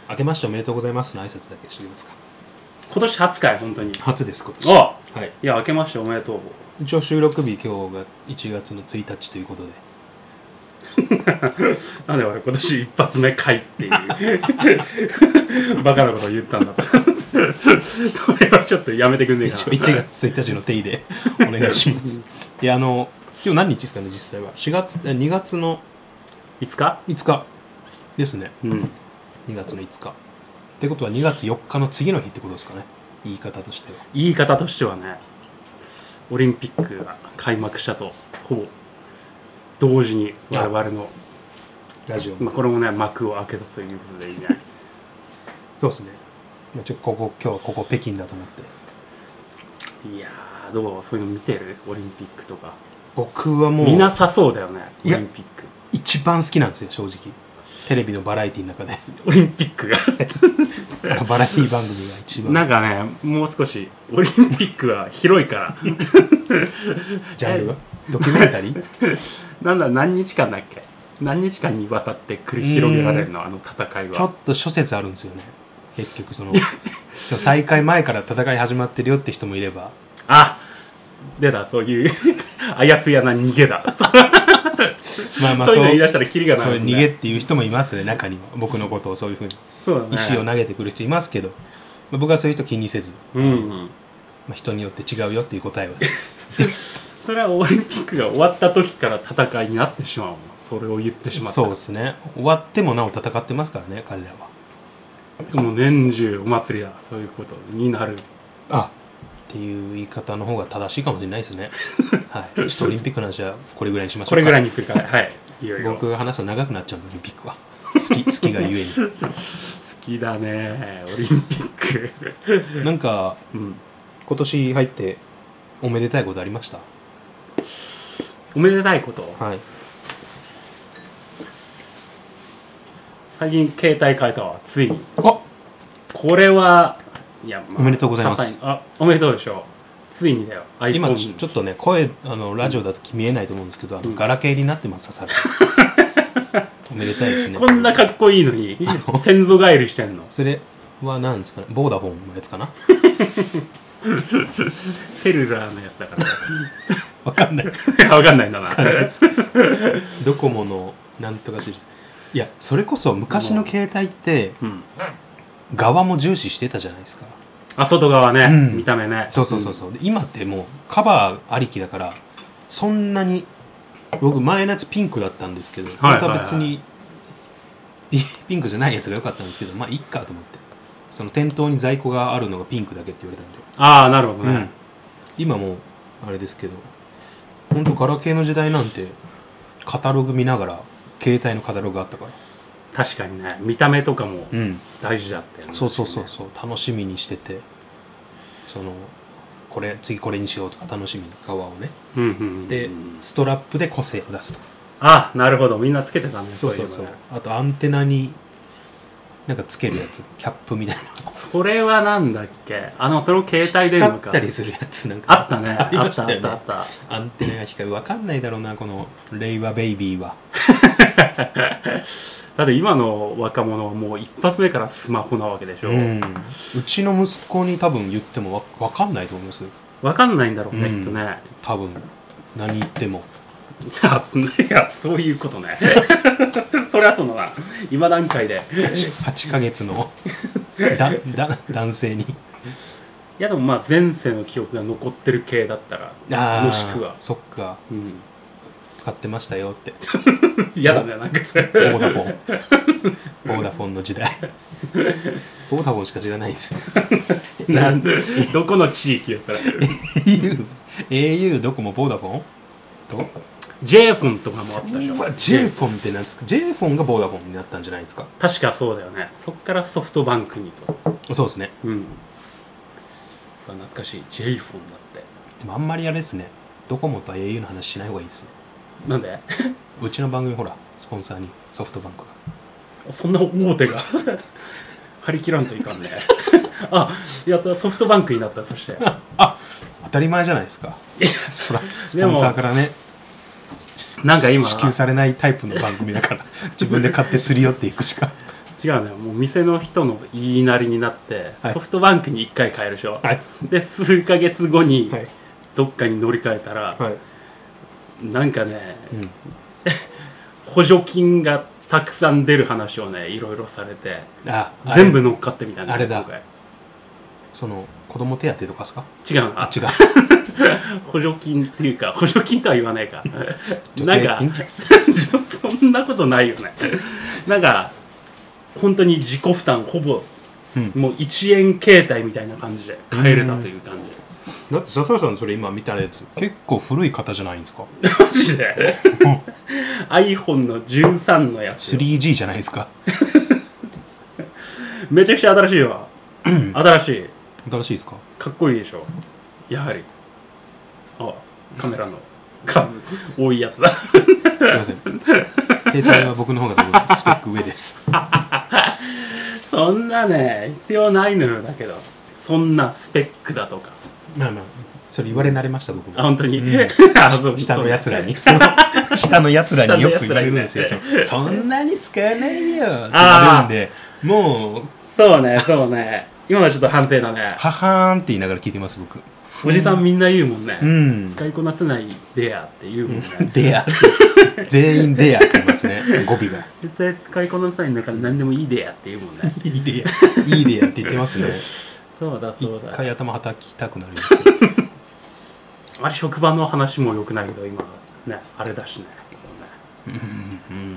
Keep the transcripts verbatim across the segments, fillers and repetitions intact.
明けましておめでとうございますの挨拶だけしておきますか。 今年初かい、本当に。 初です、今年。 あ、 はい。 いや、明けましておめでとう。 一応収録日今日がいちがつのついたちということで。 なんで俺今年一発目かいっていうバカなことを言ったんだと。それはちょっとやめてくんねえかな。 いちがつついたちの手入れお願いします。いや、あの今日何日ですかね、実際は。しがつにがつのいつかいつかですね。 うん。 にがつのいつかってことはにがつよっかの次の日ってことですかね、言い方としては。 言い方としてはね、オリンピックが開幕したとほぼ同時に我々のラジオ、 まあ、これもね幕を開けたということでいいね。 そうですね。ちょここ今日はここ北京だと思って。 いやー、どう、そういうの見てる？オリンピックとか。 僕はもう見なさそうだよね、オリンピック。 一番好きなんですよ、正直。テレビのバラエティの中でオリンピックがバラエティ番組が一番なんかね、もう少しオリンピックは広いからジャンルはドキュメンタリーなんだ、何日間だっけ、何日間にわたって繰り広げられるの、あの戦いは。 ちょっと諸説あるんですよね、結局。そのその大会前から戦い始まってるよって人もいれば、 あ、出た、そういうあやふやな逃げだまあまあ、 そういうの言い出したらキリがない、 そういう逃げっていう人もいますね、中には。僕のことをそういうふうにそうだね、 石を投げてくる人いますけど、まあ、僕はそういう人気にせず、 うんうん、 まあ、人によって違うよっていう答えはそれはオリンピックが終わった時から戦いになってしまうの、それを言ってしまった。 そうですね、終わってもなお戦ってますからね、彼らは。 もう年中お祭りだ、そういうことになる。 あっていう言い方の方が正しいかもしれないですねはい、ちょっとオリンピックの話はこれぐらいにしましょうか。 これぐらいにするから、はい、いよいよ僕が話すと長くなっちゃうの、オリンピックは好き好きがゆえに好きだね、オリンピックなんか、うん、今年入っておめでたいことありました？ おめでたいこと、 はい、 最近携帯変えたわ、ついに。 あ、 これはいや、まあ、 おめでとうございます。 あ、おめでとうでしょう。ついにだよ。 今ちょっとね、声あのラジオだと見えないと思うんですけど、あの、うん、ガラケーになってます、さおめでたいですね。 こんなかっこいいのに先祖返りしてんの。 それは何ですかね、ボーダフォンのやつかなセルラーのやつだからわかんないわかんないんだなドコモのなんとかシリーズ。いや、それこそ昔の携帯って、うん、側も重視してたじゃないですか。 あ、外側ね、うん、見た目ね。 そうそうそうそう、うん、で今ってもうカバーありきだから、そんなに。僕前のやつピンクだったんですけど、本当は別にピンクじゃないやつが良かったんですけど、まあいっかと思って、その店頭に在庫があるのがピンクだけって言われたんで。 ああ、なるほどね、うん、 今もあれですけど、本当ガラケーの時代なんてカタログ見ながら、携帯のカタログがあったから。 確かにね、見た目とかも大事だったよね、 うん、そうそうそうそう、楽しみにしてて、そのこれ次これにしようとか楽しみに側をね、うんうんうんうん、でストラップで個性を出すとか。 あ、なるほど、みんなつけてたんです。 そうそうそう、あとアンテナになんかつけるやつ、キャップみたいな。 それはなんだっけ、あのその携帯電話か光ったりするやつ、なんかあったね、 ありましたよね。 あったあったあった。 アンテナが光る、分かんないだろうな、この令和ベイビーはだって今の若者はもう一発目からスマホなわけでしょ、うん、 うちの息子に多分言っても分かんないと思います。 分かんないんだろうね、うん、きっとね、 多分何言っても。 いや、いや、そういうことねそれはそうだな、今段階で 8, はちかげつのだだ男性に。いやでもまあ前世の記憶が残ってる系だったら、もしくはそっか、うん、使ってましたよって嫌だね、なんかそれ。 ボーダフォンボーダフォンの時代ボーダフォンしか知らないんですよなんどこの地域やったら au, au どこもボーダフォンと J フォンとかもあったでしょ。 J フォンって何ですか？ J フォンがボーダフォンになったんじゃないですか。 確かそうだよね。そっからソフトバンクにと。 そうですね、うん、 懐かしい J フォンだって。 でもあんまりあれですね、ドコモと au の話しない方がいいですね。 なんでうちの番組ほらスポンサーにソフトバンクが。 そんな大手が張り切らんといかんねあ、やったソフトバンクになった。そしてあ、当たり前じゃないですか。いや、そらスポンサーからね、 なんか今支給されないタイプの番組だから自分で買ってすり寄っていくしか違うね、もう店の人の言いなりになって、はい、ソフトバンクにいっかい変えるでしょ、はい、で数ヶ月後にどっかに乗り換えたら、はい、なんかね、うん、補助金がたくさん出る話をねいろいろされて、あ全部乗っかってみたいな。 あれだ、その子供手当とかですか？ 違うあ違う補助金っていうか、補助金とは言わないかなんかそんなことないよねなんか本当に自己負担ほぼ、うん、もういちえん携帯みたいな感じで買えれたという感じ。 だって笹原さんそれ今見たやつ結構古い型じゃないんですか？ マジでiPhone のじゅうさんのやつスリージー じゃないですかめちゃくちゃ新しいわ新しい新しいですか？ かっこいいでしょやはり。あ、カメラの数多いやつだすいません携帯は僕の方が多分スペック上ですそんなね必要ないのよ。だけどそんなスペックだとかまあまあそれ言われ慣れました僕も。 あ本当に、うん、 下のやつらにその下のやつらによく言われるんですよそんなに使わないよって言われるんで、もうそうねそうね今はちょっと判定だね。 ははーんって言いながら聞いてます僕。 おじさんみんな言うもんね、 うん、 使いこなせないデアって言うもんねデアって全員デアって言いますね語尾が。 絶対使いこなせないんだから何でもいいデアって言うもんねいいデアいいデアって言ってますねそうだそうだ。 一回頭はたきたくなるんですけどあれ職場の話も良くないけど今ねあれだしね、うんうん、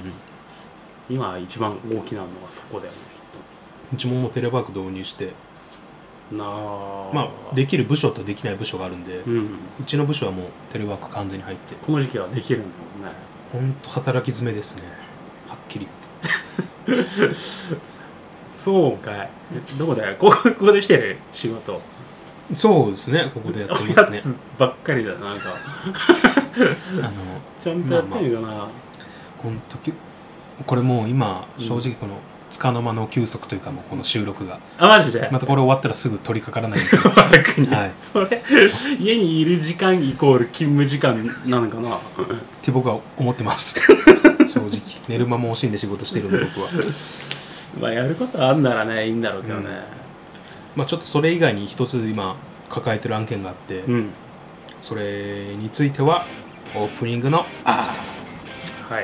今一番大きなのはそこだよねきっと。 うちももうテレワーク導入してなまあ、できる部署とできない部署があるんで、うん、うちの部署はもうテレワーク完全に入ってこの時期はできるんだもんね。 ほんと働き詰めですねはっきり言ってそうかい。どこだよここ、ここでしてる仕事。 そうですねここでやってますねばっかりだなんかあのちゃんとやってるかな、まあまあ、 ほんとこれもう今正直この、うん束の間の休息というかもうこの収録があマジでまたこれ終わったらすぐ取り掛からないんで悪に、はい、それ家にいる時間イコール勤務時間なのかなって僕は思ってます正直寝る間も惜しんで仕事してるんで僕はまあやることあんならねいいんだろうけどね、うん、 まあちょっとそれ以外に一つ今抱えてる案件があって、うん、それについてはオープニングのあはい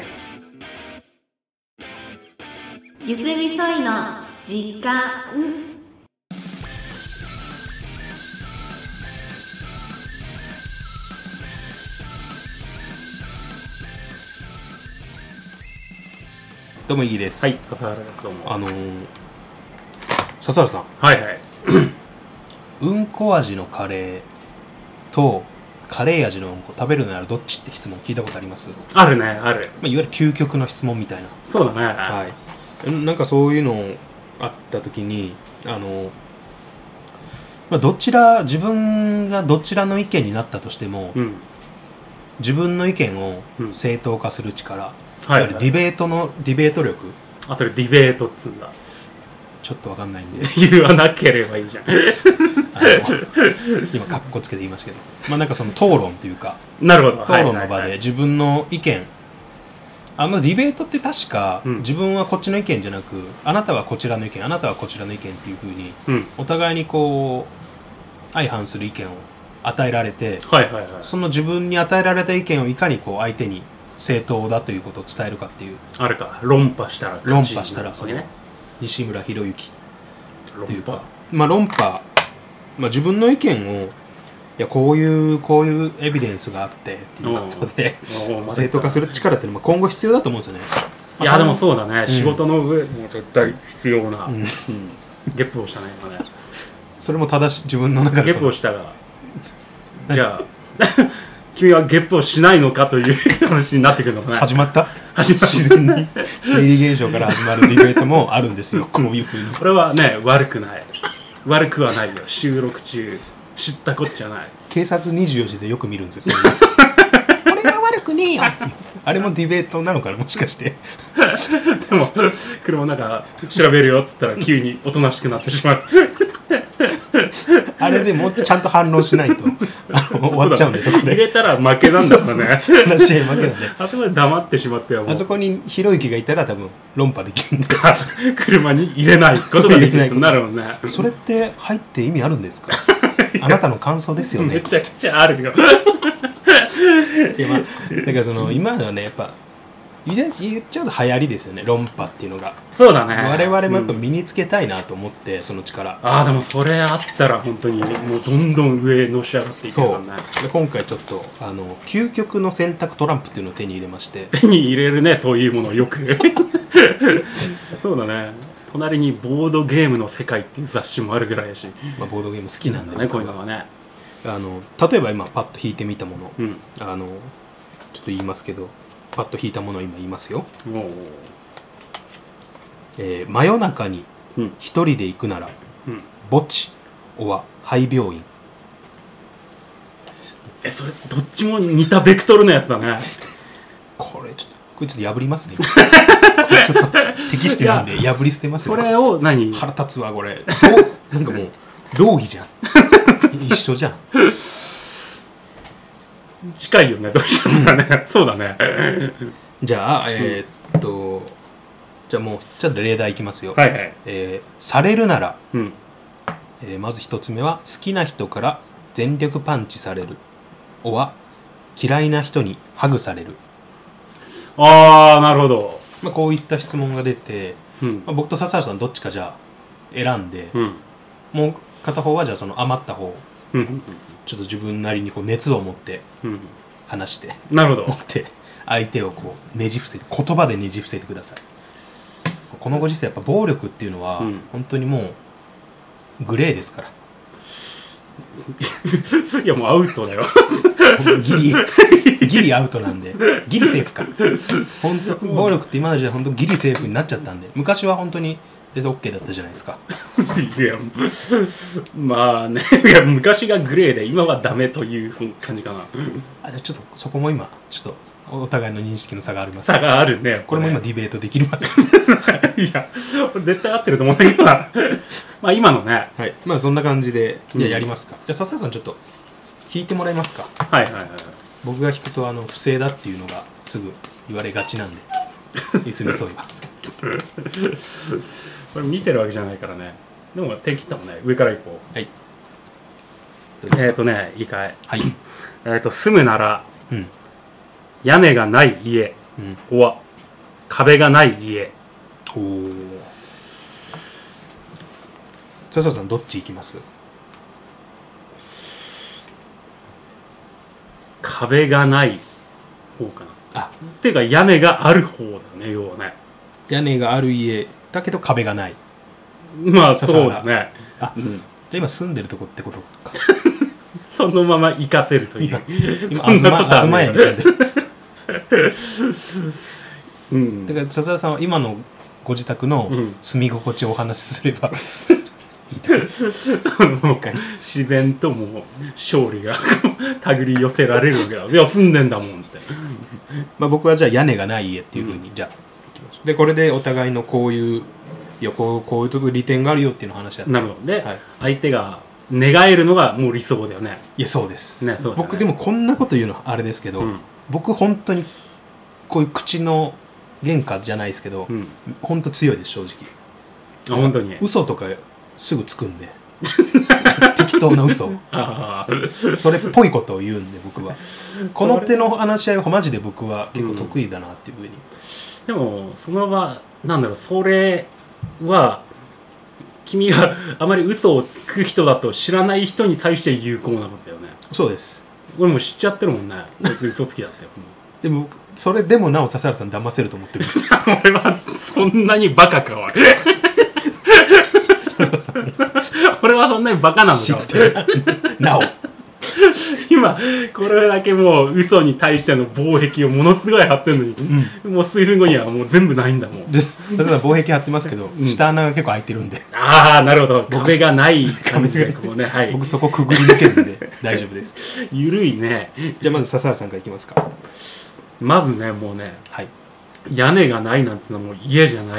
ゆすみそいの時間。 どうもいいです。 はい笹原ですどうも。 あのー、笹原さんはいはいうんこ味のカレーとカレー味のうんこ食べるならどっちって質問聞いたことあります？ あるねある、 まあ、いわゆる究極の質問みたいな。 そうだねはいなんかそういうのあった時にあの、まあ、どちら自分がどちらの意見になったとしても、うん、自分の意見を正当化する力、うん、はいはい、ディベートのディベート力。 あそれディベートっつうんだ。 ちょっとわかんないんで言わなければいいじゃんあの今カッコつけて言いましたけど、まあなんかその討論っていうかなるほど討論の場で自分の意見、あのディベートって確か、うん、自分はこっちの意見じゃなくあなたはこちらの意見あなたはこちらの意見っていう風に、うん、お互いにこう相反する意見を与えられて、 はいはいはい、 その自分に与えられた意見をいかにこう相手に正当だということを伝えるかっていうあるか論破したら論破したらその、ね、西村博之っていうかまあ論破、まあ、自分の意見をいやこういうこういうエビデンスがあってっていうことで正当化する力っていうのは今後必要だと思うんですよね。 いやでもそうだね、うん、仕事の上も絶対必要な、うんうん、ゲップをしたね今ね。 それも正しい自分の中でゲップをしたがじゃあ君はゲップをしないのかという話になってくるのかね。 始まった自然に生理現象から始まるディベートもあるんですよこういうふうに。 これはね悪くない悪くはないよ。収録中知ったこっちゃない。 警察にじゅうよじでよく見るんですよこれは悪くねえよあれもディベートなのかなもしかしてでも車の中調べるよっつったら急におとなしくなってしまうあれでもうちゃんと反応しないとあの終わっちゃうんで、そこで入れたら負けなんだからね。 話し合い負けなんで、 あそこで黙ってしまってはもう、 あそこにひろゆきがいたら多分論破できるんで車に入れないことができるようになるもんね。 それって入って意味あるんですかあなたの感想ですよね。 めちゃくちゃあるよいや、まあ、だからその今はねやっぱ言っちゃうと流行りですよね、論破っていうのが。 そうだね。 我々もやっぱ身につけたいなと思って、うん、その力。 ああ、でもそれあったら本当にもうどんどん上のし上がっていけるからね。 そうで今回ちょっとあの究極の選択トランプっていうのを手に入れまして。 手に入れるね、そういうものをよくそうだね。隣にボードゲームの世界っていう雑誌もあるぐらいやし、 まあ、ボードゲーム好きなんでね、こういうのはね。 あの例えば今パッと引いてみたもの、うん、あのちょっと言いますけど、パッと引いたものを今言いますよ。おー、えー、真夜中に一人で行くなら、うん、墓地おは廃病院。 え、それどっちも似たベクトルのやつだね。 これちょっとこれちょっと破りますね。これちょっと適してないんで破り捨てますよ。 これを何腹立つわこれ。どうなんかもう道義じゃん。一緒じゃん。 近いよね、どうしてもね。そうだね。 じゃあえー、っと、うん、じゃあもうちょっと例題いきますよ。 はいはい。 えー、されるなら、うん、えー、まず一つ目は好きな人から全力パンチされる。おは嫌いな人にハグされる。 ああ、なるほど。 まあ、こういった質問が出て、うん、まあ、僕と笹原さんどっちかじゃあ選んで、うん、もう片方はじゃあその余った方、うん、ちょっと自分なりにこう熱を持って話して、 うん、なるほど。 持って相手をこうねじ伏せて、言葉でねじ伏せてください。このご時世やっぱ暴力っていうのは、うん、本当にもうグレーですから。 いやもうアウトだよ。 ギリギリアウトなんで、ギリセーフか。本当暴力って今の時代本当ギリセーフになっちゃったんで、昔は本当に全然 OK だったじゃないですか。 いやまあね、いや昔がグレーで今はダメという感じかな。 あ、じゃあちょっとそこも今ちょっとお互いの認識の差があります。 差があるね。 これも今ディベートできます。 いや絶対合ってると思うんだけどまあ今のね、 はい、まあそんな感じで、うん、やりますか。じゃあ笹原さんちょっと引いてもらえますか。 はいはいはい。 僕が引くとあの不正だっていうのがすぐ言われがちなんで。いすみそういは。 これ見てるわけじゃないからね。でも手切ったもんね。上から行こう。はい。えっ、ー、とね、いいかい。 はい。 えっ、ー、と住むなら、うん、屋根がない家、うん、おは壁がない家。おお。 笹さんどっち行きます？ 壁がない方かな。あ、ていうか屋根がある方だね、要はね。 屋根がある家だけど壁がない。 まあそうだね。 あ、うん、じゃあ今住んでるとこってことか。 そのまま活かせるという。 今東屋に住んでる。うん、だから笹田さんは今のご自宅の住み心地をお話しすれば、うん、いいともう自然ともう勝利が手繰り寄せられるわけだ。いや住んでんだもんって。 まあ僕はじゃあ屋根がない家っていうふうに、うん、じゃあでこれでお互いのこういういやこうこういうとこ利点があるよっていうの話だった。 なるほど。で、はい、相手が願えるのがもう理想だよね。 いやそうです、 ね、そうだね。 僕でもこんなこと言うのあれですけど、うん、僕本当にこういう口の原価じゃないですけど、うん、本当強いです正直。 あ本当に嘘とかすぐつくんで適当な嘘あそれっぽいことを言うんで僕はこの手の話し合いはマジで僕は結構得意だなっていうふうに、うん、 でもその場なんだろう、それは君があまり嘘をつく人だと知らない人に対して有効なことだよね。 そうです。 俺も知っちゃってるもんね。別に嘘つきだって。 でもそれでもなお笹原さん騙せると思ってる。 俺はそんなにバカかおい。俺はそんなにバカなのか。知ってる。なお今これだけもう嘘に対しての防壁をものすごい張ってるのに、うん、もう数分後にはもう全部ないんだもん。で例えば防壁張ってますけど、うん、下穴が結構開いてるんで。 ああなるほど。壁がない感じでこうね、はい、 僕そこくぐり抜けるんで大丈夫です。 ゆるいね。 じゃあまず笹原さんからいきますか。 まずねもうね、はい、屋根がないなんてのはもう家じゃないですよ。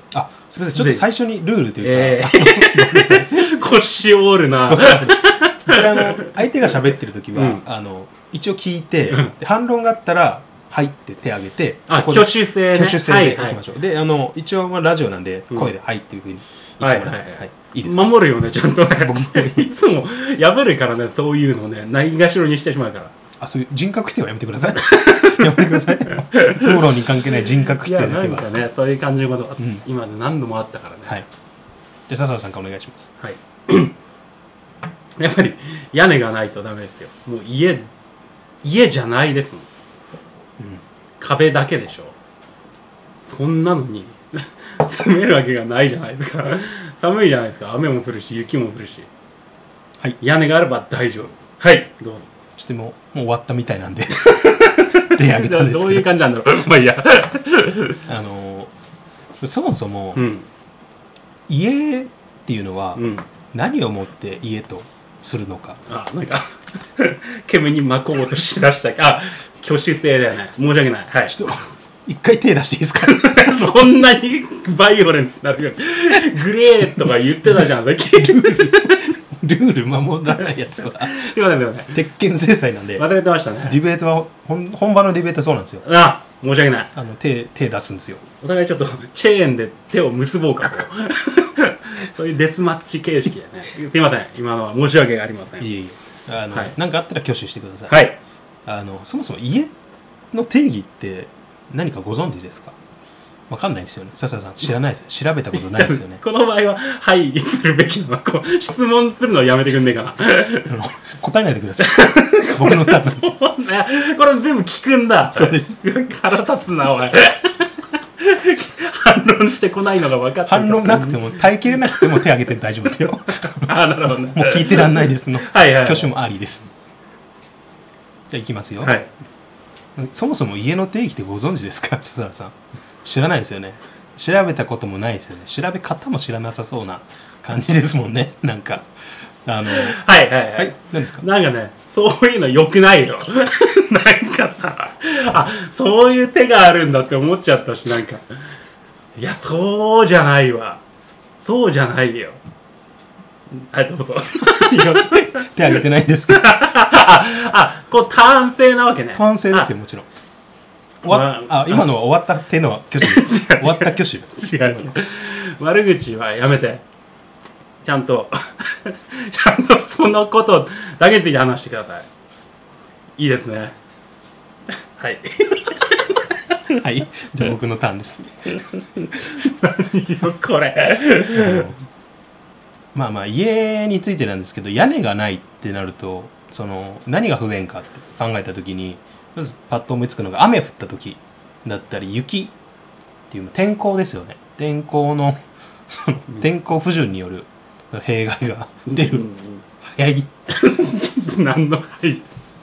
あ、すみません、ちょっと最初にルールというか、えー、腰折るな。これあの相手が喋ってる時は、うん、あの一応聞いて、うん、反論があったらはいって手を挙げて、 そこで挙手制、ね、 挙手制でいきましょう。はいはい、で、あの一応ラジオなんで声ではいっていうふうに言ってもらって、はいはいはい、いいですか？ 守るよねちゃんとね。いつも破るからね、そういうのね、ないがしろにしてしまうから。 あ、そういう人格否定はやめてください。やめてください。討論に関係ない人格否定だけは。 いや、なんかね、そういう感じのことが、うん、今で何度もあったからね。 はい。じゃあ笹田さんからお願いします。 はい。やっぱり屋根がないとダメですよ。もう家家じゃないですもん。うん、壁だけでしょ。そんなのに住めるわけがないじゃないですか。寒いじゃないですか。雨も降るし雪も降るし。 はい。 屋根があれば大丈夫。はい、どうぞ。 ちょっともうもう終わったみたいなんで手挙げたんですけど。 どういう感じなんだろう。まあいいや。 あのそもそも、うん、家っていうのは、うん、何をもって家とするのか。 あ、なんか煙に巻こうとしだしたあ、挙手制だよね。申し訳ない。はい。 ちょっと一回手出していいですか？ そんなにバイオレンスになるよ。グレーとか言ってたじゃん。ルール守らないやつはすいません、すいません。 鉄拳制裁なんで。 忘れてましたね。 ディベートは本本場のディベートはそうなんですよ。 あ、申し訳ない。 あの手手出すんですよ。 お互いちょっとチェーンで手を結ぼうかと。そういうデスマッチ形式でね。すいません。今のは申し訳ありません。 いえいえ。あの、はい、なんかあったら挙手してください。 はい。 あのそもそも家の定義って何かご存知ですか？わかんないですよね。笹田さん知らないですよ。調べたことないですよね。 この場合ははいするべきなの。こう質問するのをやめてくんねえかな。 答えないでください。僕の多分。これ全部聞くんだ。 そうです。 腹立つなおい。反論してこないのが分かってる。 反論なくても耐えきれなくても手挙げて大丈夫ですよ。 あ、なるほどね。 もう聞いてらんないですの。 はいはい、はい。 挙手もありです。じゃあいきますよ。 はい。 そもそも家の定義ってご存知ですか？笹田さん知らないですよね。調べたこともないですよね。調べ方も知らなさそうな感じですもんね。なんかあのはいはいはい、はい、 何ですか？ なんかね、そういうの良くないよ。なんかさ、あ、そういう手があるんだって思っちゃったし、なんかいや、そうじゃないわ。そうじゃないよ。はい、どうぞ。 手挙げてないんですけど。 あ, あ、こう単性なわけね。 単性ですよ、もちろん。終わあ今のは終わった手の挙手。終わった挙手。 違う違う。悪口はやめて。ちゃんとちゃんとそのことだけについて話してください。いいですね。はい。 はい。じゃあ僕のターンです。 何よこれ。 まあまあ家についてなんですけど、屋根がないってなると、その何が不便かって考えた時にまずパッと思いつくのが雨降った時だったり雪っていう天候ですよね。天候のその天候不順による弊害が出る。早い。 何のはい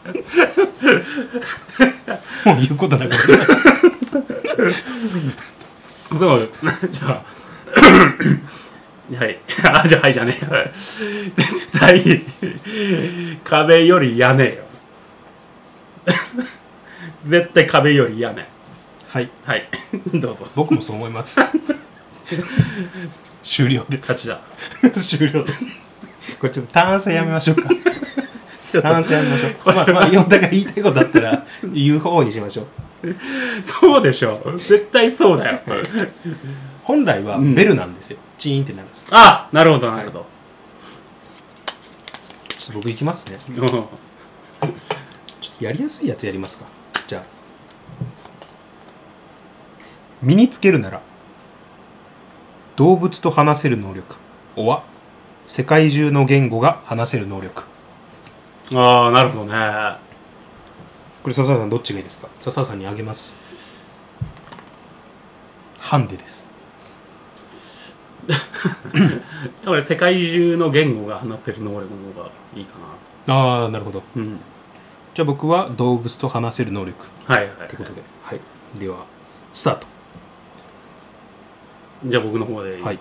もう言うことなくなりました。 どうじゃあはい。あ、じゃあはいじゃねえ。絶対壁より屋根よ。絶対壁より屋根。 はいはいどうぞ。 僕もそう思います。終了です。 勝ちだ。 終了です。これちょっと単性やめましょうか。単性やめましょう。まあまあお互い言いたいことだったら言う方にしましょう。 そうでしょう。絶対そうだよ。 本来はベルなんですよ、うん、チーンってなるんです。 あ、なるほどなるほど、はい、 ちょっと僕いきますね。ちょっとやりやすいやつやりますか。じゃあ身につけるなら動物と話せる能力おは世界中の言語が話せる能力。 ああ、なるほどね。 これ笹田さんどっちがいいですか？笹田さんにあげます。ハンデです。 俺世界中の言語が話せる能力の方がいいかな。ああ、なるほど、 うん、 じゃあ僕は動物と話せる能力はいはい、はい、 ってことで、はい、ではスタート。 じゃあ僕の方でいいから、はい、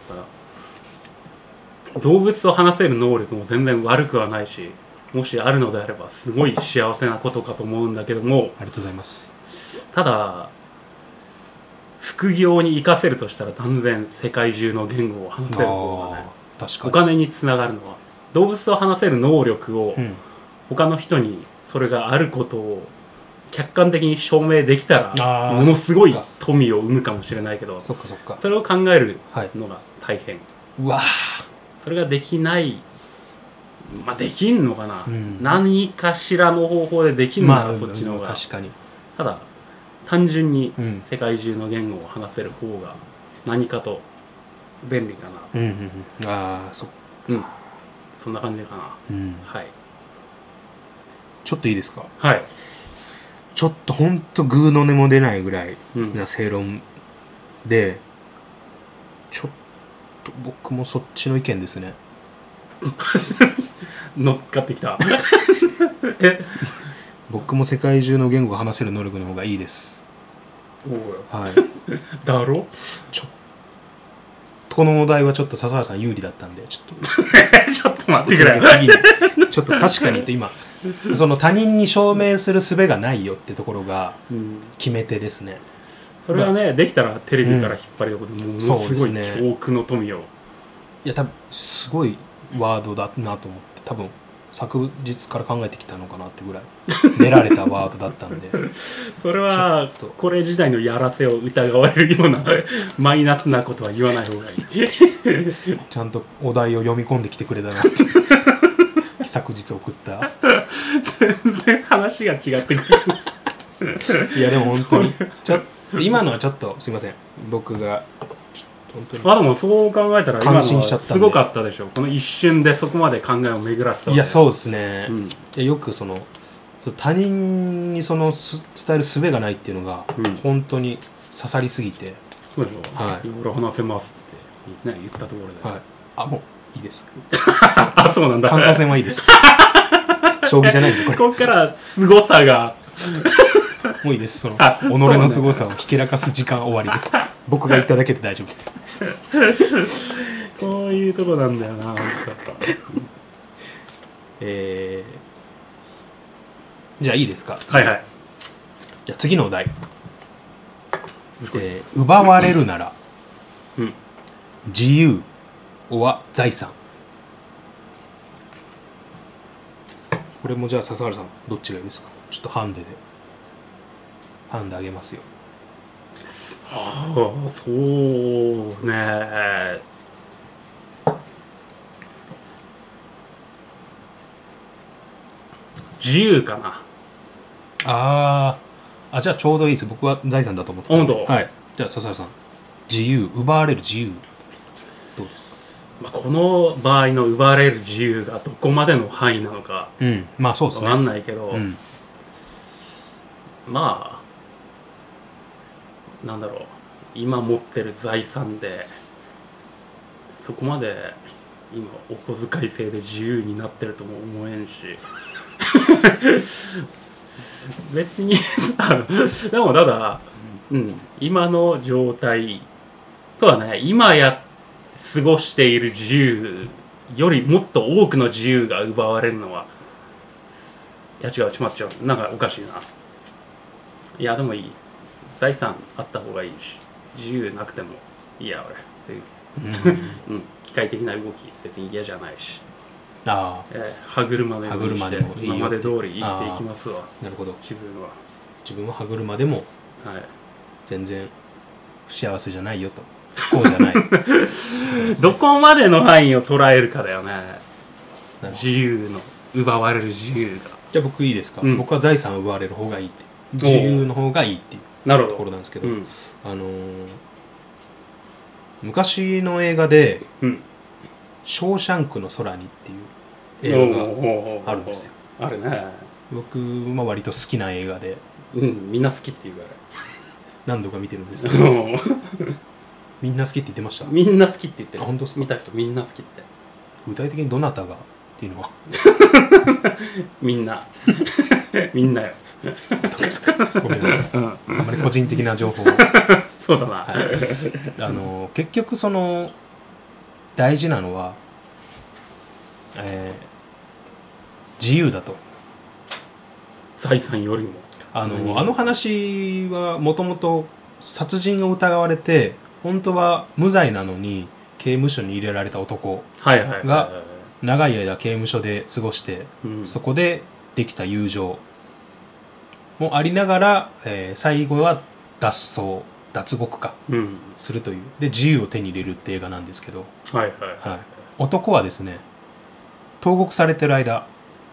動物と話せる能力も全然悪くはないし、もしあるのであればすごい幸せなことかと思うんだけども、 ありがとうございます。 ただ副業に活かせるとしたら断然世界中の言語を話せる方がね、確かにお金につながるのは動物と話せる能力を他の人にそれがあることを客観的に証明できたらものすごい富を生むかもしれないけど、 そっかそっか、 それを考えるのが大変、はい、 うわそれができない、まあできんのかな、うん、何かしらの方法でできんのか、まあ、そっちの方が、 確かに。 ただ単純に世界中の言語を話せる方が何かと便利かな、 うんうんうん、ああそっか、 うん、そんな感じかな、 うん、 はい。 ちょっといいですか。 はい。 ちょっとほんとグーの音も出ないぐらいな正論で、うん、ちょっと僕もそっちの意見ですね。 乗っかってきた。 え僕も世界中の言語が話せる能力の方がいいです。 おう、 はい。 だろ。 ちょっとこのお題はちょっと笹原さん有利だったんで、ちょっとちょっと待ってくれ。 次にちょっと確かにって今その他人に証明する術がないよってところが決め手ですね、うん、 それはね、まあ、できたらテレビから引っ張りだことで、うん、ものすごい遠くの富を、 いや多分すごいワードだなと思って、多分昨日から考えてきたのかなってぐらい練られたワードだったんでそれはこれ自体のやらせを疑われるようなマイナスなことは言わない方がいいちゃんとお題を読み込んできてくれたなって昨日送った全然話が違ってくるいやでも本当にちょ今のはちょっとすいません、僕が本当にあでもそう考えたら今のはすごかったでしょ、この一瞬でそこまで考えを巡らせた。 いやそうですね、うん、いやよくその他人にその伝える術がないっていうのが、うん、本当に刺さりすぎて、 そうでしょ、はい、いろいろ話せますって、ね、言ったところで、 はい、あもういいですあそうなんだ、 感想戦はいいです将棋じゃないんでこれここから凄さがもういいです、その己の凄さをひけらかす時間終わりです僕が言っただけで大丈夫ですこういうとこなんだよなえー、じゃあいいですか。 はいはい。 じゃあ次のお題、えー、奪われるなら、 うん、 自由は財産。これもじゃあ笹原さんどっちがいいですか。ちょっとハンデでハンデあげますよ。 ああそうね、自由かな。 ああじゃあちょうどいいです。僕は財産だと思ってた。 本当。 はい。じゃあ笹原さん、自由、奪われる自由どうですか。 まあ、この場合の奪われる自由がどこまでの範囲なのか、 うん、まあそうですね、 分かんないけど、うん、まあなんだろう、今持ってる財産でそこまで今お小遣い制で自由になってるとも思えんし別にでもただ、うん、今の状態とはね、今や過ごしている自由よりもっと多くの自由が奪われるのは、いや違う、ちまっちゃう、なんかおかしいな。いやでもいい、財産あった方がいいし、自由なくてもいいや俺、そういう、うん、機械的な動き別に嫌じゃないし、 あ、 えー、歯車のようにして今まで通り生きていきますわ。 なるほど。 自分は自分は歯車でも、 はい、 全然不幸せじゃないよと、不幸じゃないどこまでの範囲を捉えるかだよね、自由の奪われる自由が。 じゃあ僕いいですか、うん、僕は財産を奪われる方がいいって、自由の方がいいっていうところなんですけど、うん、あのー、昔の映画で、うん、ショーシャンクの空にっていう映画があるんですよ。 あるね。 僕は割と好きな映画で、 うん、みんな好きっていうから何度か見てるんですけどみんな好きって言ってました。 みんな好きって言ってる。 あ、本当ですか。 見た人みんな好きって。 具体的にどなたがっていうのはみんなみんなよそうですか。ごめんなさい、うん、あんまり個人的な情報をそうだな、 はい、あの結局その大事なのは、えー、自由だと。 財産よりもあのあの話はもともと殺人を疑われて本当は無罪なのに刑務所に入れられた男が長い間刑務所で過ごして、うん、そこでできた友情もありながら、えー、最後は脱走脱獄か、うん、するというで自由を手に入れるって映画なんですけど、はいはいはい、男はですね投獄されてる間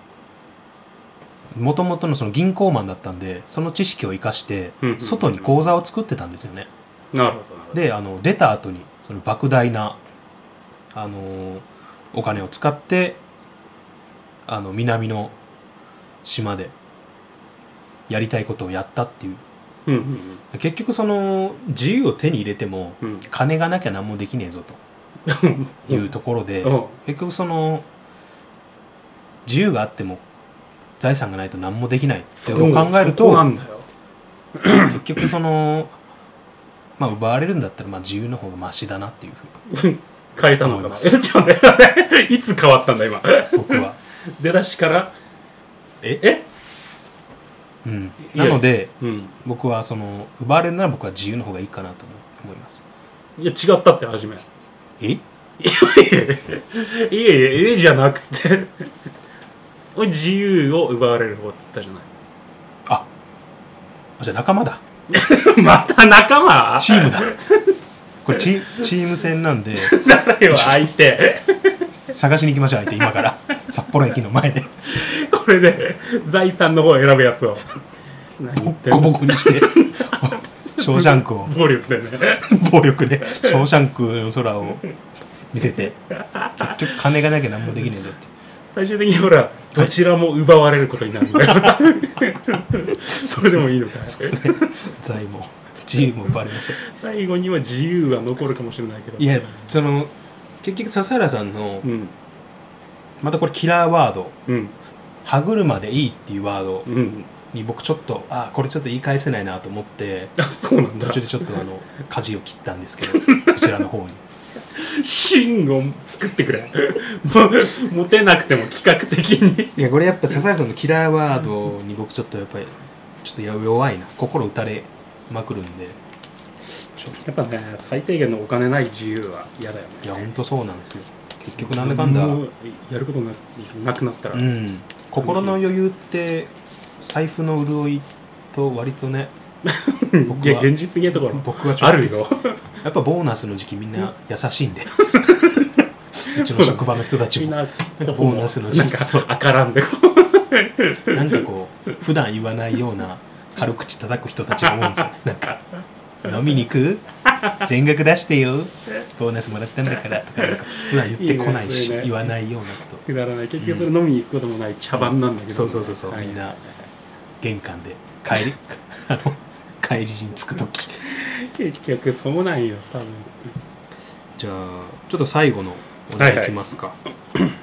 もともとのその銀行マンだったんでその知識を生かして外に口座を作ってたんですよね。 なるほど。 であの出た後にその莫大なあのお金を使ってあの南の島でやりたいことをやったっていう、うんうんうん、結局その自由を手に入れても、うん、金がなきゃ何もできねえぞというところで、うん、結局その自由があっても財産がないと何もできないってことを考えると結局そのまあ奪われるんだったらまあ自由の方がマシだなっていうふうに変えたのかな。ちょっと待っていつ変わったんだ今僕は出だしからええうんなので、うん、僕はその奪われるなら僕は自由の方がいいかなと思います。 いや違ったって初めえいやいやいやええじゃなくて自由を奪われる方って言ったじゃない。 あじゃあ仲間だまた仲間チームだこれ チ, チーム戦なんで誰よ相手探しに行きましょう相手今から札幌駅の前でこれで財産の方を選ぶやつをボコボコにしてショーシャンクを暴力でね暴力でショーシャンクの空を見せて結局金がなきゃ何もできねえぞって最終的にほらどちらも奪われることになるんだよそれでもいいのかい。 そうですね財も自由も奪われません。 最後には自由は残るかもしれないけどいやその結局笹原さんの、うん、またこれキラーワード、うん、歯車でいいっていうワードに僕ちょっとあこれちょっと言い返せないなと思ってあそうなんだ途中でちょっとあの舵を切ったんですけどこちらの方に芯を作ってくれ持てなくても企画的にいやこれやっぱ笹原さんのキラーワードに僕ちょっとやっぱりちょっと弱いな心打たれまくるんでやっぱね最低限のお金ない自由は嫌だよね。 いやほんとそうなんですよ。結局なんだかんだもうやることななくなったら、 うん、心の余裕って財布の潤いと割とね僕はいや現実的なところ僕はちょっとあるよやっぱボーナスの時期みんな優しいんでうちの職場の人たちもなんかボーナスの時期なんかあからんでなんかこう普段言わないような軽口叩く人たちが多いんですよ。なんか飲みに行く全額出してよボーナスもらったんだからとかなんか普段言ってこないしいい、ね、言わないようなことくだらない結局飲みに行くこともない茶番なんだけど、ね、 そうそうそうそう、はい、みんな玄関で帰りあの帰り時に着くとき結局そうなんよ多分。 じゃあちょっと最後のお題いきますか、はいはい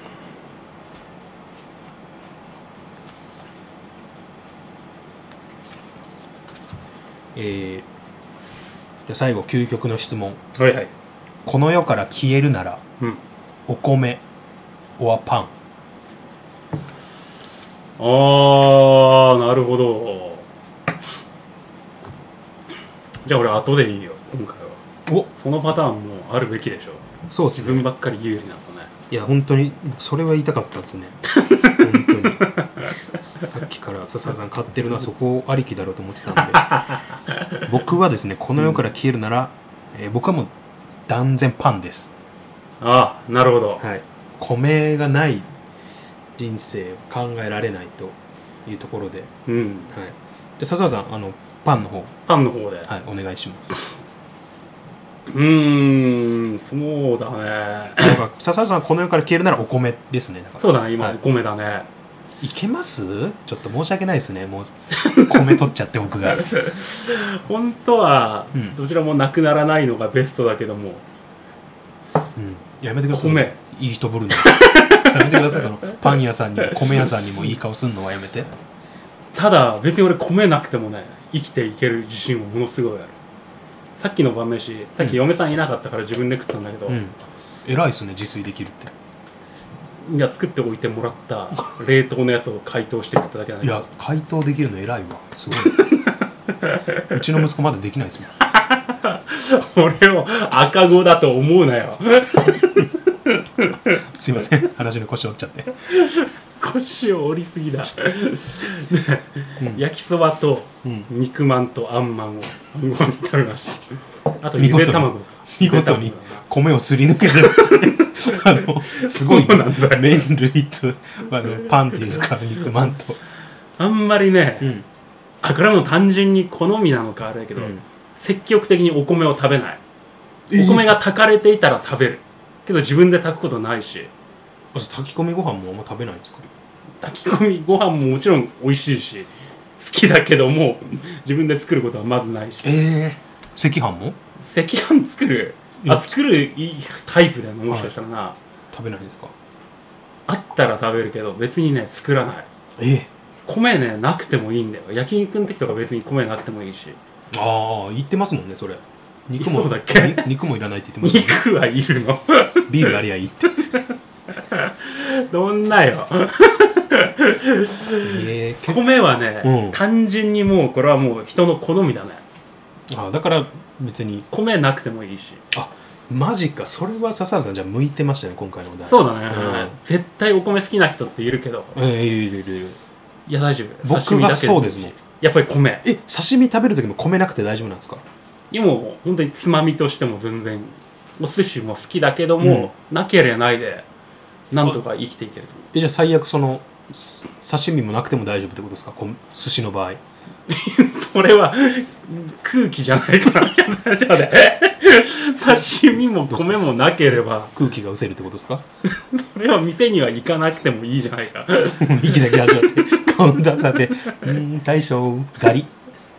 えー、じゃあ最後究極の質問、 はいはい、 この世から消えるなら、うん、お米おはパン。 あーなるほど。じゃあ俺後でいいよ今回は。おそのパターンもあるべきでしょ。 そうですね、 自分ばっかり有利なのね。 いや本当にそれは言いたかったんですね本当にさっきから笹原さん買ってるのはそこありきだろうと思ってたんで僕はですねこの世から消えるなら、うんえー、僕はもう断然パンです。 ああなるほど、 はい、米がない人生を考えられないというところで、うんはい、で笹原さんあのパンの方パンの方で、 はい、お願いします。 うーんそうだね笹原さんはこの世から消えるならお米ですね。だからそうだね今、はい、お米だね。 いけます？ちょっと申し訳ないですねもう米取っちゃって僕が本当はどちらもなくならないのがベストだけども、 うん、やめてください。 米いい人ぶるのやめてください。そのパン屋さんにも米屋さんにもいい顔すんのはやめて。 ただ別に俺米なくてもね生きていける自信もものすごいある。さっきの晩飯さっき嫁さんいなかったから自分で食ったんだけど、うん、 偉いですね自炊できるって。 いや作っておいてもらった冷凍のやつを解凍して食っただけなんだけど。 いや解凍できるの偉いわすごい。うちの息子まだできないですもん俺を赤子だと思うなよすいません話の腰折っちゃって腰を折りすぎだうん、焼きそばと肉まんとあんまんを食べましたあとゆで卵見事に米をすり抜けてますねあのすごい麺類とあのパンっていうか肉まんとあんまりね、うん、あこれはもう単純に好みなのかあれだけど、うん、積極的にお米を食べない、えー、お米が炊かれていたら食べるけど自分で炊くことないし炊き込みご飯もあんま食べないんですか？ 炊き込みご飯ももちろん美味しいし好きだけども自分で作ることはまずないしえー、赤飯も？ 赤飯作るあ作るいいタイプだよねもしかしたらな、はい、 食べないんですか？ あったら食べるけど別にね作らないえー、 米ねなくてもいいんだよ焼肉の時とか別に米なくてもいいしああ言ってますもんねそれ肉もそうだっけ肉もいらないって言ってますもんね肉はいるのビールありゃいいってどんなよえー、米はね、うん、単純にもうこれはもう人の好みだねあだから別に米なくてもいいしあマジかそれは笹原さんじゃあ向いてましたね今回のお題そうだね、うん、絶対お米好きな人っているけどえー、いるいるいるいるいや大丈夫僕がそうですもんやっぱり米え刺身食べる時も米なくて大丈夫なんですか？ いやもう本当につまみとしても全然お寿司も好きだけども、うん、なければないでなんとか生きていけると思う。 えじゃあ最悪その刺身もなくても大丈夫ってことですか？寿司の場合それは空気じゃないから刺身も米もなければ空気が失せるってことですか？ それは店には行かなくてもいいじゃないか息だけ味わってカウンターされてうん大将ガリ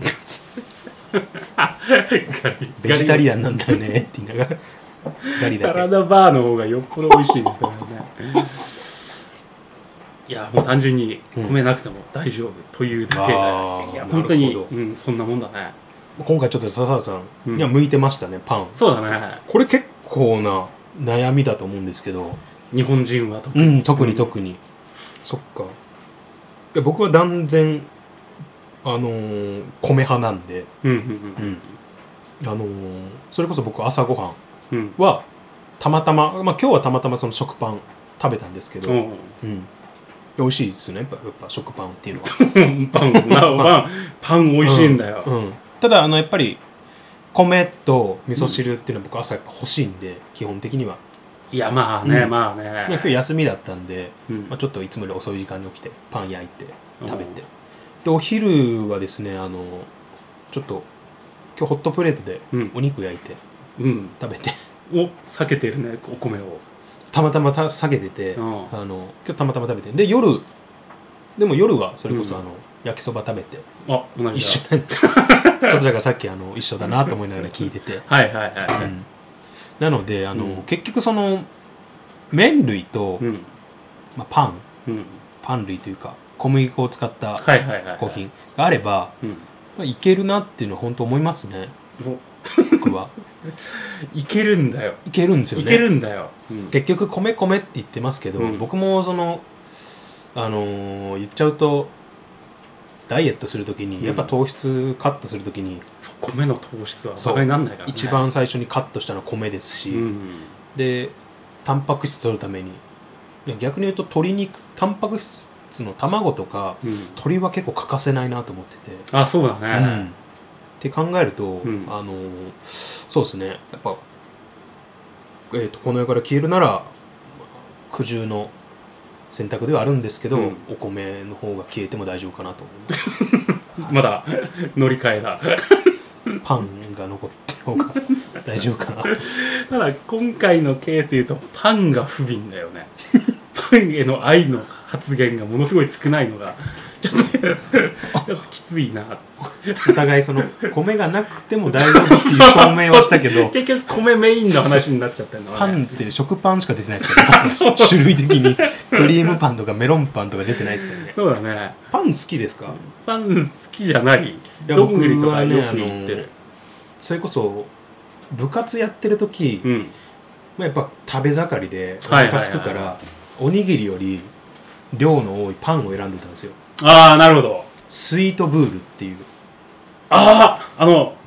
ベジタリアンなんだよねって言いながらガリだけサラダバーの方がよっぽど美味しいんだからねいやもう単純に米なくても大丈夫というだけで、うん、いや本当に、うん、そんなもんだね今回ちょっと笹原さんには向いてましたね、うん、パンそうだねこれ結構な悩みだと思うんですけど日本人は特に、 うん、特に特に、うん、そっかいや僕は断然あのー、米派なんで、うんうんうんうん、あのー、それこそ僕朝ごはんはたまたま、まあ、今日はたまたまその食パン食べたんですけど、うんうん、美味しいですよねやっぱ、やっぱ食パンっていうのはパンパンパン美味しいんだよ、 うんうん、ただあのやっぱり米と味噌汁っていうのは僕朝やっぱ欲しいんで、うん、基本的にはいやまあね、うん、まあね今日休みだったんで、うんまあ、ちょっといつもより遅い時間に起きてパン焼いて食べて、でお昼はですねあのちょっと今日ホットプレートでお肉焼いて食べて、 うんうん、お避けてるねお米をたまたまた下げてて、うん、あの今日たまたま食べてで夜でも夜はそれこそ、うん、あの焼きそば食べてあ同じ一緒なんですちょっとだからさっきあの一緒だなと思いながら聞いててはいはいはい、はいうん、 なのであの、うん、結局その麺類と、うんまあ、パン、うん、パン類というか小麦粉を使ったコーヒーがあれば、うんまあ、いけるなっていうのは本当思いますね僕はいけるんだよいけるんですよねいけるんだよ、 うん、結局米米って言ってますけど、うん、僕もそのあのー、言っちゃうとダイエットするときに、うん、やっぱ糖質カットするときに米の糖質はバカになんないからね一番最初にカットしたのは米ですし、うん、でタンパク質取るために逆に言うと鶏肉タンパク質の卵とか、うん、鶏は結構欠かせないなと思っててあそうだね、 うん、って考えると、うん、あのそうですねやっぱ、えーと、この世から消えるなら苦渋の選択ではあるんですけど、うん、お米の方が消えても大丈夫かなと思いますはい、まだ乗り換えだパンが残ってる方が大丈夫かなただ今回のケースでいうとパンが不憫だよねパンへの愛の発言がものすごい少ないのがちょっとちょっときついなお互いその米がなくても大丈夫っていう証明はしたけど結局米メインの話になっちゃったの、ね、 パンって食パンしか出てないですから種類的にクリームパンとかメロンパンとか出てないですからねそうだねパン好きですか？ パン好きじゃないいどんぐりとかよく言ってる、ね、 それこそ部活やってる時、うんまあ、やっぱ食べ盛りでお腹すくから、はいはいはいはい、おにぎりより量の多いパンを選んでたんですよ。 ああなるほど。 スイートブールっていうあああの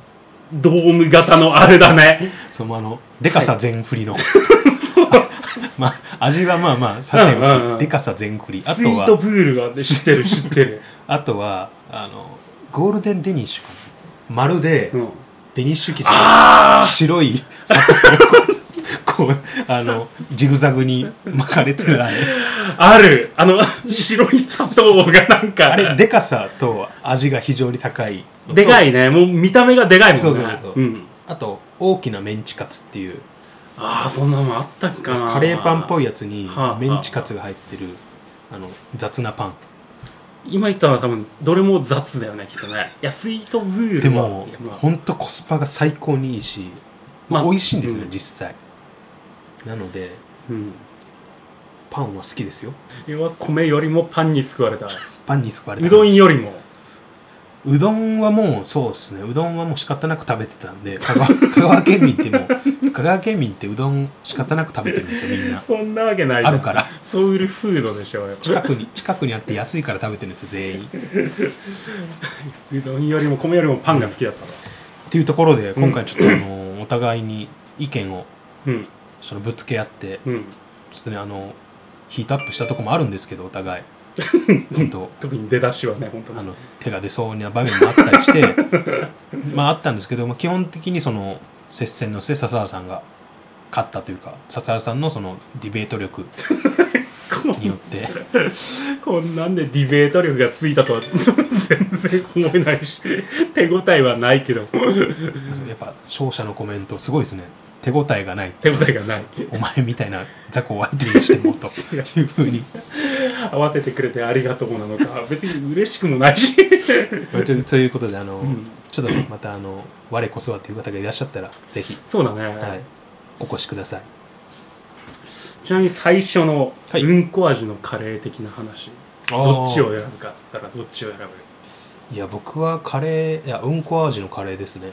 ドーム型のあれだね。 そのあのでかさ全振りの、はい、まあ味はまあまあさておき、うんうんうん、でかさ全振り。あとはスイートプールが知ってる知ってる。 あとはあのゴールデンデニッシュかな、まるで、うん、デニッシュ生地が白い砂糖をこうあのジグザグに巻かれてるあれあるあの白い砂糖がなんかあれでかさと味が非常に高い。 でかいね、もう見た目がでかいもんね。そうそうそうそう、うん、 あと大きなメンチカツっていう、 ああそんなのもあったっかな。 カレーパンっぽいやつにメンチカツが入ってる、はあ、あの雑なパン。 今言ったのは多分どれも雑だよねきっとね。いやスイートブールはでもほんとコスパが最高にいいし、まあ、美味しいんですね、うん、実際。なので、うん、パンは好きですよ。 今米よりもパンに救われた。 パンに救われた。 うどんよりも。 うどんはもうそうですね、うどんはもう仕方なく食べてたんで、香川、香川県民ってもう香川県民ってうどん仕方なく食べてるんですよ、みんな。 そんなわけないじゃん。 あるから。 ソウルフードでしょ。 近くに近くにあって安いから食べてるんですよ、全員。 うどんよりも米よりもパンが好きだったの、うん、 っていうところで今回ちょっとあの、うん、お互いに意見を、うん、そのぶつけ合って、うん、ちょっとねあのヒートアップしたとこもあるんですけど、お互い本当特に出だしはね、本当にあの手が出そうな場面もあったりしてまああったんですけど、まあ、基本的にその接戦の末笹原さんが勝ったというか、笹原さんのそのディベート力によってこんなんでディベート力がついたとは全然思えないし、手応えはないけどやっぱ勝者のコメントすごいですね。手応えがない、 手応えがない、 お前みたいな雑魚を相手にしてもというふうに慌ててくれてありがとうなのか、別に嬉しくもないしということであの、うん、ちょっとまたあの我こそはという方がいらっしゃったらぜひそうだね、はい、 お越しください。 ちなみに最初のうんこ味のカレー的な話、はい、どっちを選ぶかだからどっちを選ぶ？ いや僕はカレーいやうんこ味のカレーですね。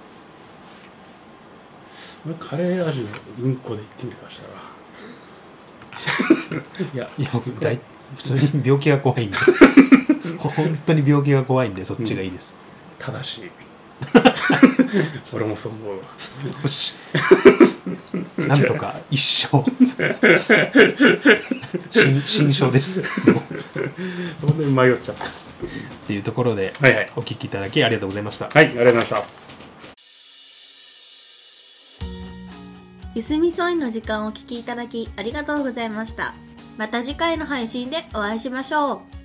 カレー味のうんこで言ってみるかしたらいやいや僕大普通に病気が怖いんで本当に病気が怖いんでそっちがいいです、 うん、正しい俺もそう思う。 よしなんとか一生新章です本当に迷っちゃったっていうところで、はいはい、お聞きいただきありがとうございました。 はい、ありがとうございました。 ゆすみそいの時間をお聞きいただきありがとうございました。また次回の配信でお会いしましょう。